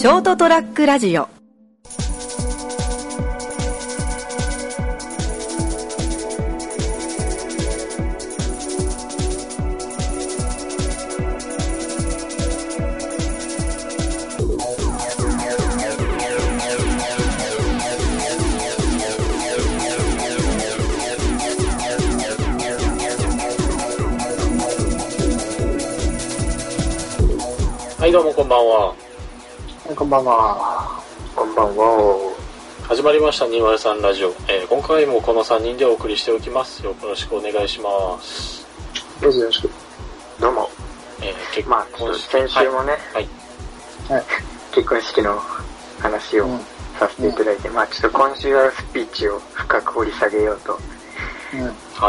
ショートトラックラジオ。 はい、どうもこんばんは。 こんばんは。 こんばんは。 始まりました203ラジオ。今回もこの3人でお送りしておきます。よろしくお願いします。 どうぞよろしく。 どうも。まあ、先週もね、 はい。 はい。 結婚式の話をさせていただいて、まあちょっと今週はスピーチを深く掘り下げようと。 はい。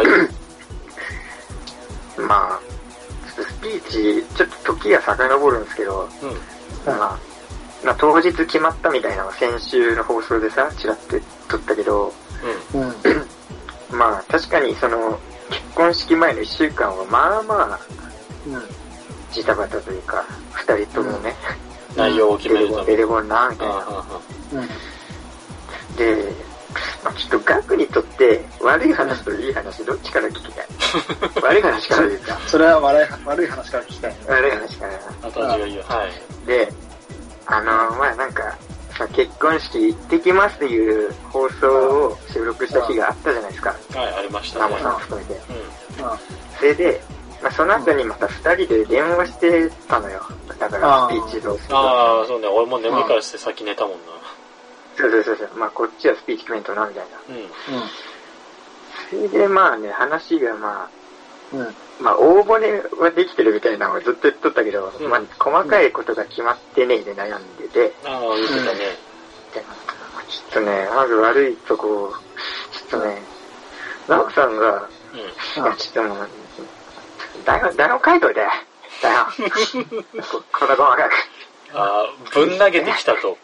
まあ、ちょっとスピーチ、ちょっと時が遡るんですけど、まあ当日決まったみたいなのは先週の放送でさ、ちらっと撮ったけど、まあ確かにその結婚式前の1週間はまあまあ、ジタバタというか、2人ともね、 内容を決めるために。 ベレボンな、みたいな。で、まあ、ちょっと額にとって悪い話といい話どっちから聞きたい悪い話から言うか。 それは悪い話から聞きたい。 悪い話から。 後味がいいよ。はい。 で、まあなんか、結婚式行ってきますっていう放送を収録した日があったじゃないですか。 はい、ありましたね。 ナモさん含めて。それで、まあ、その後にまた2人で電話してたのよ。だからスピーチどうするか。 ああ、そうね。俺も眠いからして先寝たもんな。 そう。まあこっちはスピーチ決めんとな、みたいな。それでまあね、話がまあ大骨はできてるみたいなのをずっと言っとったけど、まあ細かいことが決まってねえで悩んでて。 ああ、言ってたね。 ちょっとね、まず悪いとこ、ちょっとね、ナオさんが、いやちょっともう、台本書いといて。だよ。こんな細かく。 ああ、ぶん投げてきたと。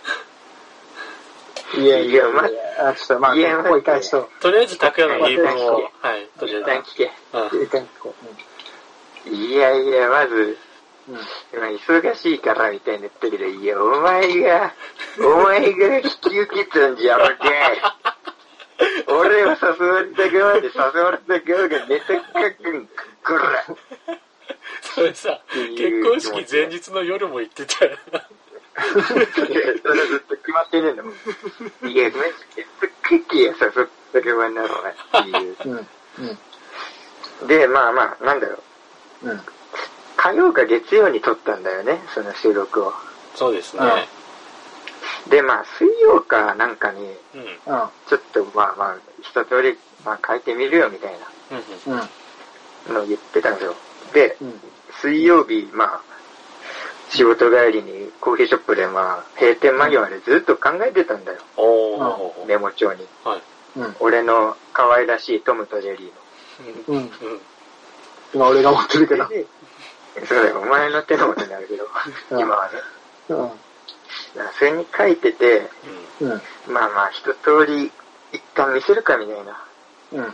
いや、ちょっとまあ、ここ一回ちょっとりあえず拓也の言い分を、はい、とりあえず。 一旦聞け。 一回聞こう。 いや、まず、今忙しいからみたいに言ったけど、いや、お前が引き受けたんじゃろか。俺を誘われた側で誘われた側がネタ書くん、こら。 それさ、結婚式前日の夜も言ってたよな。 いや、それずっと決まってねえんだもん。いや、マジで、クッキー誘った側になるわっていう。で、まあ、なんだろう。火曜か月曜に撮ったんだよね、その収録を。 そうですね。 で、まあ、水曜かなんかに、ちょっとまあ、一通り、書いてみるよみたいなのを言ってたんですよ。で、水曜日、仕事帰りにコーヒーショップで閉店間際でずっと考えてたんだよ。メモ帳に。俺の可愛らしいトムとジェリーの。 今俺が持ってるけど。 そうだよ、お前の手のことになるけど、今はね。それに書いてて、まあ一通り一旦見せるかみたいな。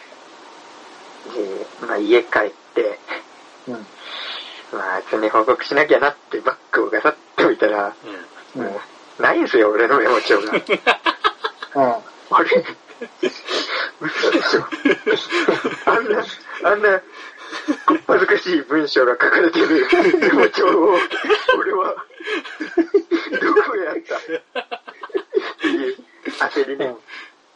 で、家帰って、それに報告しなきゃなってバッグをガサッと見たら、もう、ないんすよ、俺のメモ帳が。あれ嘘でしょ。あんな、こっぱずかしい文章が書かれてるメモ帳を、俺は、どこへあったっていう焦りね。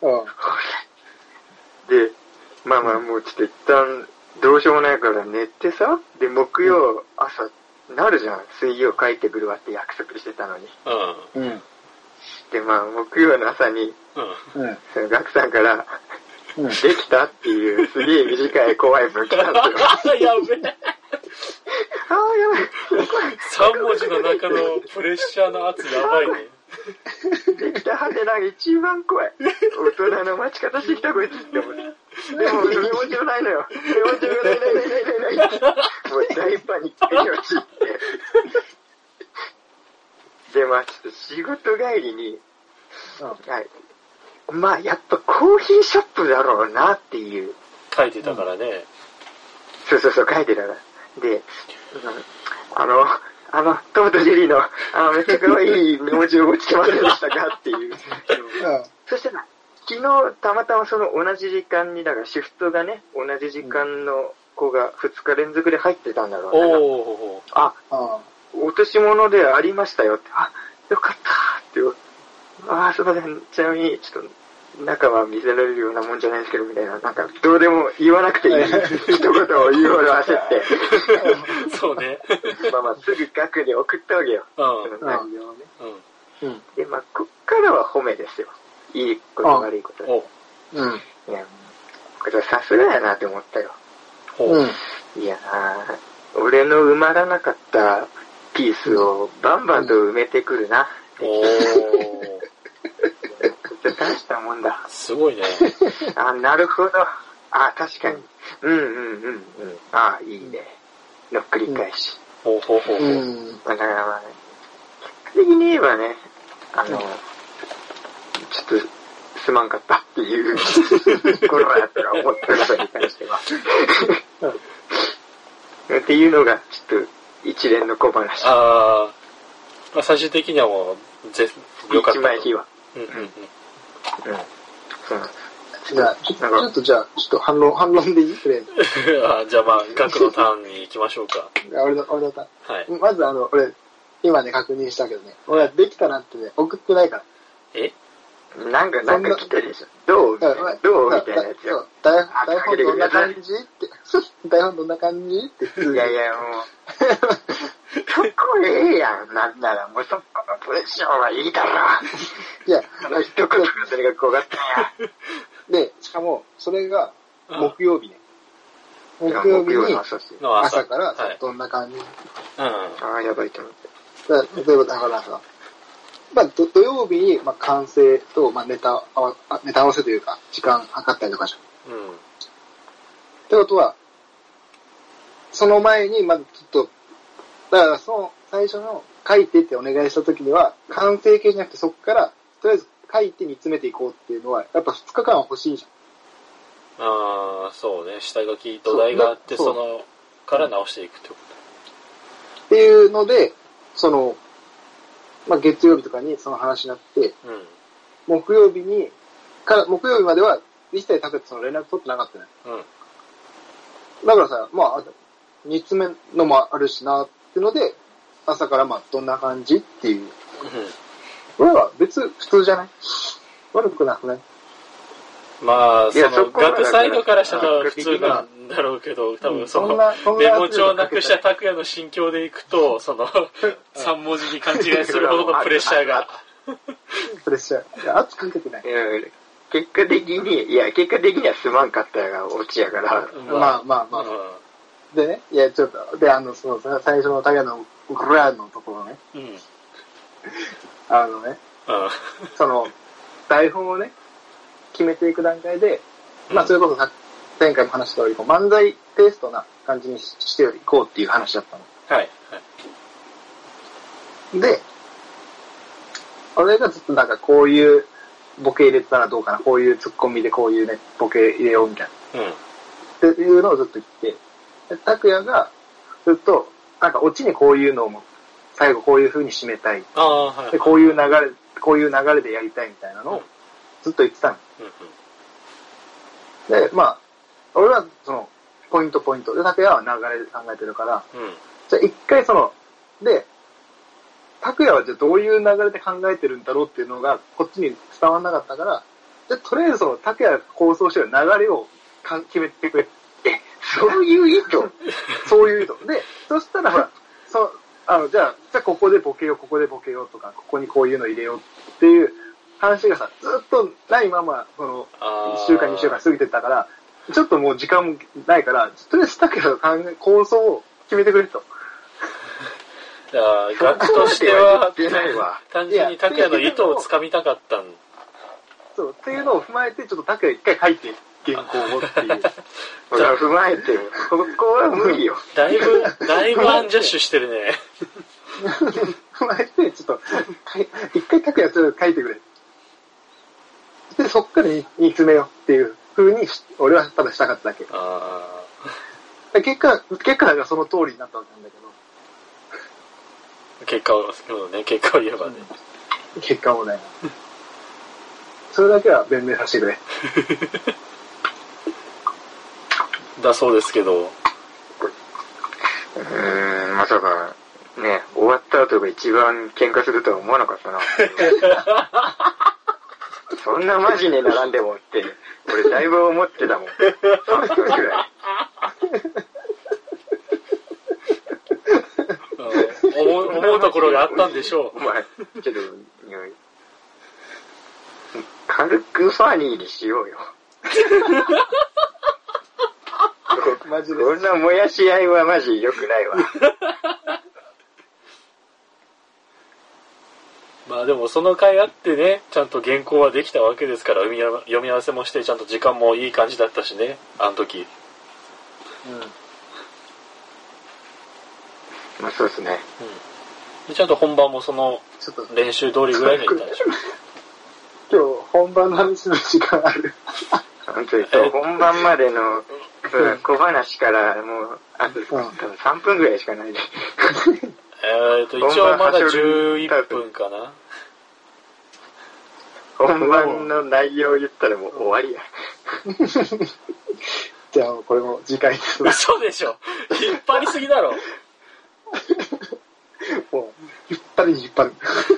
で、まあもうちょっと一旦、どうしようもないから寝てさ、で、木曜朝、なるじゃん。水曜帰ってくるわって約束してたのに。で、木曜の朝に、そのガクさんから、できたっていうすげえ短い怖い文来たんですよ。 やべえ。 やばい。 3文字の中のプレッシャーの圧やばいね。 できたはてなが一番怖い。大人の待ち方してきたこいつって思って。でも、メモ帳ないのよ。メモ帳がない。もう大パニックに陥って。で、ちょっと仕事帰りに、やっぱコーヒーショップだろうなっていう。 書いてたからね。 そう、書いてたから。で、 トムとジェリーの、めっちゃ可愛い文字をつけませんでしたかっていう。そしたら、昨日たまたまその同じ時間に、だからシフトがね、同じ時間の子が2日連続で入ってたんだろうね。落とし物でありましたよって、よかったって、すいません、ちなみに、ちょっと、中は見せられるようなもんじゃないですけど、みたいな、なんか、どうでも言わなくていい一言を言うほど焦って。 そうね。 すぐ額で送ったわけよ。その内容をね。で、こっからは褒めですよ。いいこと、悪いこと。いや、これさすがやなって思ったよ。いや俺の埋まらなかったピースをバンバンと埋めてくるな。大したもんだ。 すごいね。 なるほど。確かに。いいね。のっくり返し。だから的に言えばね、ちょっと、すまんかったっていう頃だったら思ったことに関しては。っていうのが、ちょっと、一連の小話。 最終的にはもう、よかった。 一枚日は。 じゃあ、ちょっと反論でいいそれ。 じゃあ額のターンに行きましょうか。 俺のターン。 はい。 まず俺、今ね、確認したけどね、俺はできたなってね、送ってないから。 なんか来てるでしょ。どうみたいなやつよ。 台本どんな感じって。台本どんな感じって。 いや、もう。そこええやん。なんなら、もうそこのプレッシャーはいいだろ。いや、一言がそれが怖かったんや。 で、しかも、それが、木曜日ね。木曜日に、朝からどんな感じ。 やばいと思って。 例えば、だからさ、土曜日に、完成と、ネタ合わせというか、時間計ったりとかじゃん。ってことは、その前に、まずちょっと、だからその最初の書いてってお願いした時には、完成形じゃなくてそこから、とりあえず書いて煮詰めていこうっていうのは、やっぱ2日間は欲しいじゃん。そうね。下書き土台があって、その、から直していくってこと。 っていうので、月曜日とかにその話になって、木曜日までは一切タクトと連絡取ってなかったね。だからさ、煮詰めのもあるしなっていうので、朝からどんな感じっていう。俺は普通じゃない？悪くなくない？ その、学サイドからしたら普通なんだろうけど、多分その、メモ帳なくした拓也の心境でいくと、その、3文字に勘違いするほどのプレッシャーが。 プレッシャー。圧かけてない。 結果的にはすまんかったがオチやから。 でね、ちょっと、で、最初の拓也のグラーのところね。その、台本をね、決めていく段階で、それこそ前回も話した通り、漫才テイストな感じにしていこうっていう話だったの。で、俺がずっとこういうボケ入れてたらどうかな、こういうツッコミでこういうね、ボケ入れようみたいな。っていうのをずっと言って、拓也がずっと、オチにこういうのを最後こういう風に締めたい。で、こういう流れでやりたいみたいなのをずっと言ってたの。で、俺はポイント。で、拓也は流れで考えてるから、じゃあ一回で、拓也はじゃあどういう流れで考えてるんだろうっていうのがこっちに伝わんなかったから、じゃあとりあえず拓也が構想してる流れを決めてくれ。 そういう意図そういう意図。で、そしたらほら、じゃあここでボケようとか、ここにこういうの入れようっていう話がさ、ずっとないまま、1週間2週間過ぎてたから、ちょっともう時間もないから、とりあえず拓也の構想を決めてくれと。 学としては、単純に拓也の意図をつかみたかったん。 そう、っていうのを踏まえて、ちょっと拓也一回書いて、原稿をっていう。 踏まえて、ここは無理よ。 だいぶアンジャッシュしてるね。 踏まえて、ちょっと、一回拓也ちょっと書いてくれ。で、そっから煮詰めようっていう風に、俺はただしたかっただけ。結果がその通りになったわけなんだけど。 結果を言えばね。 結果もね。それだけは弁明させてくれ。 だそうですけど。 まさか、ね、終わった後が一番喧嘩するとは思わなかったな。そんなマジに並んでもって、俺だいぶ思ってたもん。3分くらい。 思うところがあったんでしょう。 お前、ちょっと、軽くファニーにしようよ。 マジで。 こんな燃やし合いはマジ良くないわ。 まあでもその回あってね、ちゃんと原稿はできたわけですから、読み合わせもして、ちゃんと時間もいい感じだったしね、あの時。 まあそうですね。 でちゃんと本番もその練習通りぐらいに行ったでしょ。 今日本番の話の時間ある。 本当に本番までの小話からもうあと多分3分ぐらいしかないで。 一応まだ11分かな。 本番の内容を言ったらもう終わりや。 じゃあこれも次回です。 嘘でしょ。引っ張りすぎだろ。 もう引っ張る。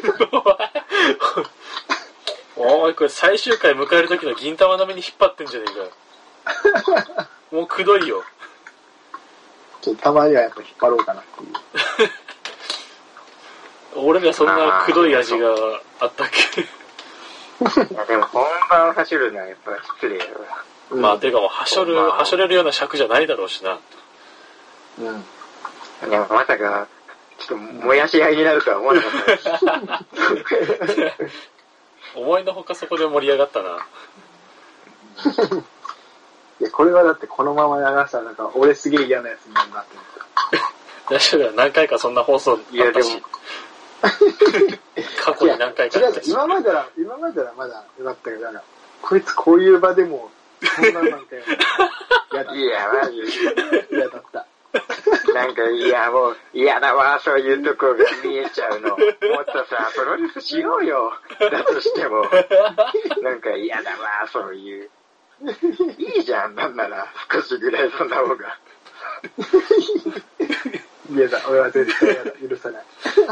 おいこれ最終回迎える時の銀玉並みに引っ張ってんじゃねえかよ。もうくどいよ。 ちょっとたまにはやっぱ引っ張ろうかなっていう。 俺にはそんなくどい味があったっけ。 いやでも本番走るのはやっぱ失礼だわ。まあてかもうはしょれるような尺じゃないだろうしな。 でもまさかちょっと燃やし合いになるとは思わなかった思いのほかそこで盛り上がったな。 いやこれはだってこのまま流したらなんか俺すげえ嫌なやつになるなって思った。 大丈夫だよ、何回かそんな放送あったし。過去に何回かあったし。 今まではまだよかったけど、なんかこいつこういう場でもそんなんなんかよ。 いやマジ嫌だった。 なんかいやもう嫌だわそういうとこが見えちゃうの。もっとさプロレスしようよ。だとしてもなんか嫌だわそういう。いいじゃんなんなら少しぐらいそんな方が。 嫌だ俺は絶対嫌だ許さない。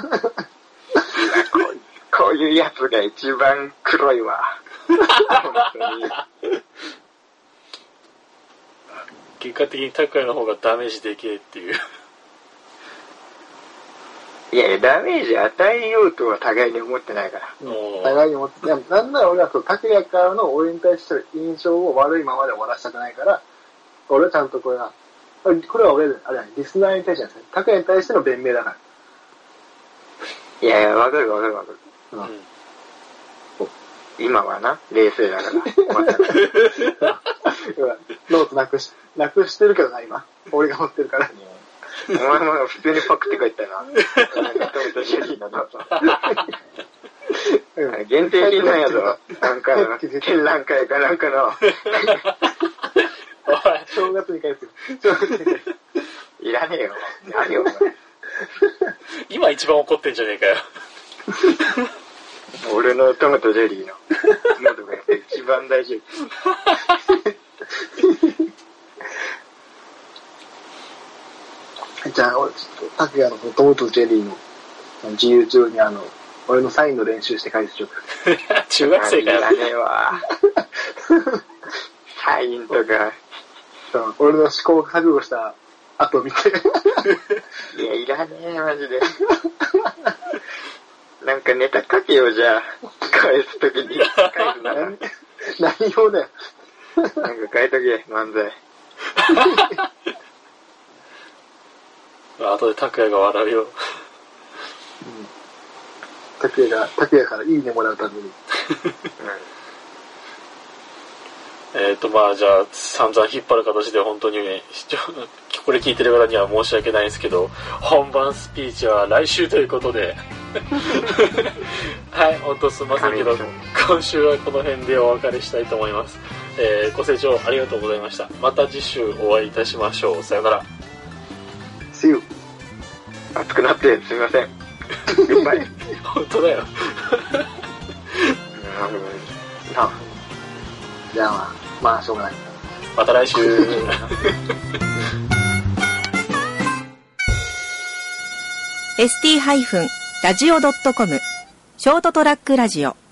こういうやつが一番黒いわ。本当に。 結果的に拓也の方がダメージでけえっていう。 いやダメージ与えようとは互いに思ってないから。 互いに思ってない。なんなら俺は拓也からの俺に対しての印象を悪いままで終わらせたくないから、俺はちゃんとこれは俺あれリスナーに対してなんですね。拓也に対しての弁明だから。 いやわかる。今はな冷静だから。 ノートなくしてるけどな今。俺が持ってるから。 お前も普通にパクって書いたな。限定品なんやぞ。なんか展覧会かなんかの。 正月に返すよ。 いらねえよ。何よお前。 今一番怒ってんじゃねえかよ。 俺のトムとジェリーの喉が一番大丈夫。 じゃあ俺ちょっと拓也のトムとジェリーの自由中に俺のサインの練習して返すちょっと。中学生かよ。 いらねえわ。サインとか。 俺の試行錯誤した後見て。 いやいらねえマジで。なんかネタ書けよじゃあ返すときに返すなら何用だよ。 なんか変えとけ漫才。 後で拓也が笑うよ。 拓也からいいねもらうために。 まあじゃあ散々引っ張る形で本当にこれ聞いてる方には申し訳ないんですけど、本番スピーチは来週ということではい、本当すみませんけど今週はこの辺でお別れしたいと思います。ご清聴ありがとうございました。また次週お会いいたしましょう。さよなら。 See you。 熱くなってすみません。 うまい。 本当だよ。 じゃあまあしょうがない。 また来週。 st-radio.com ショートトラックラジオ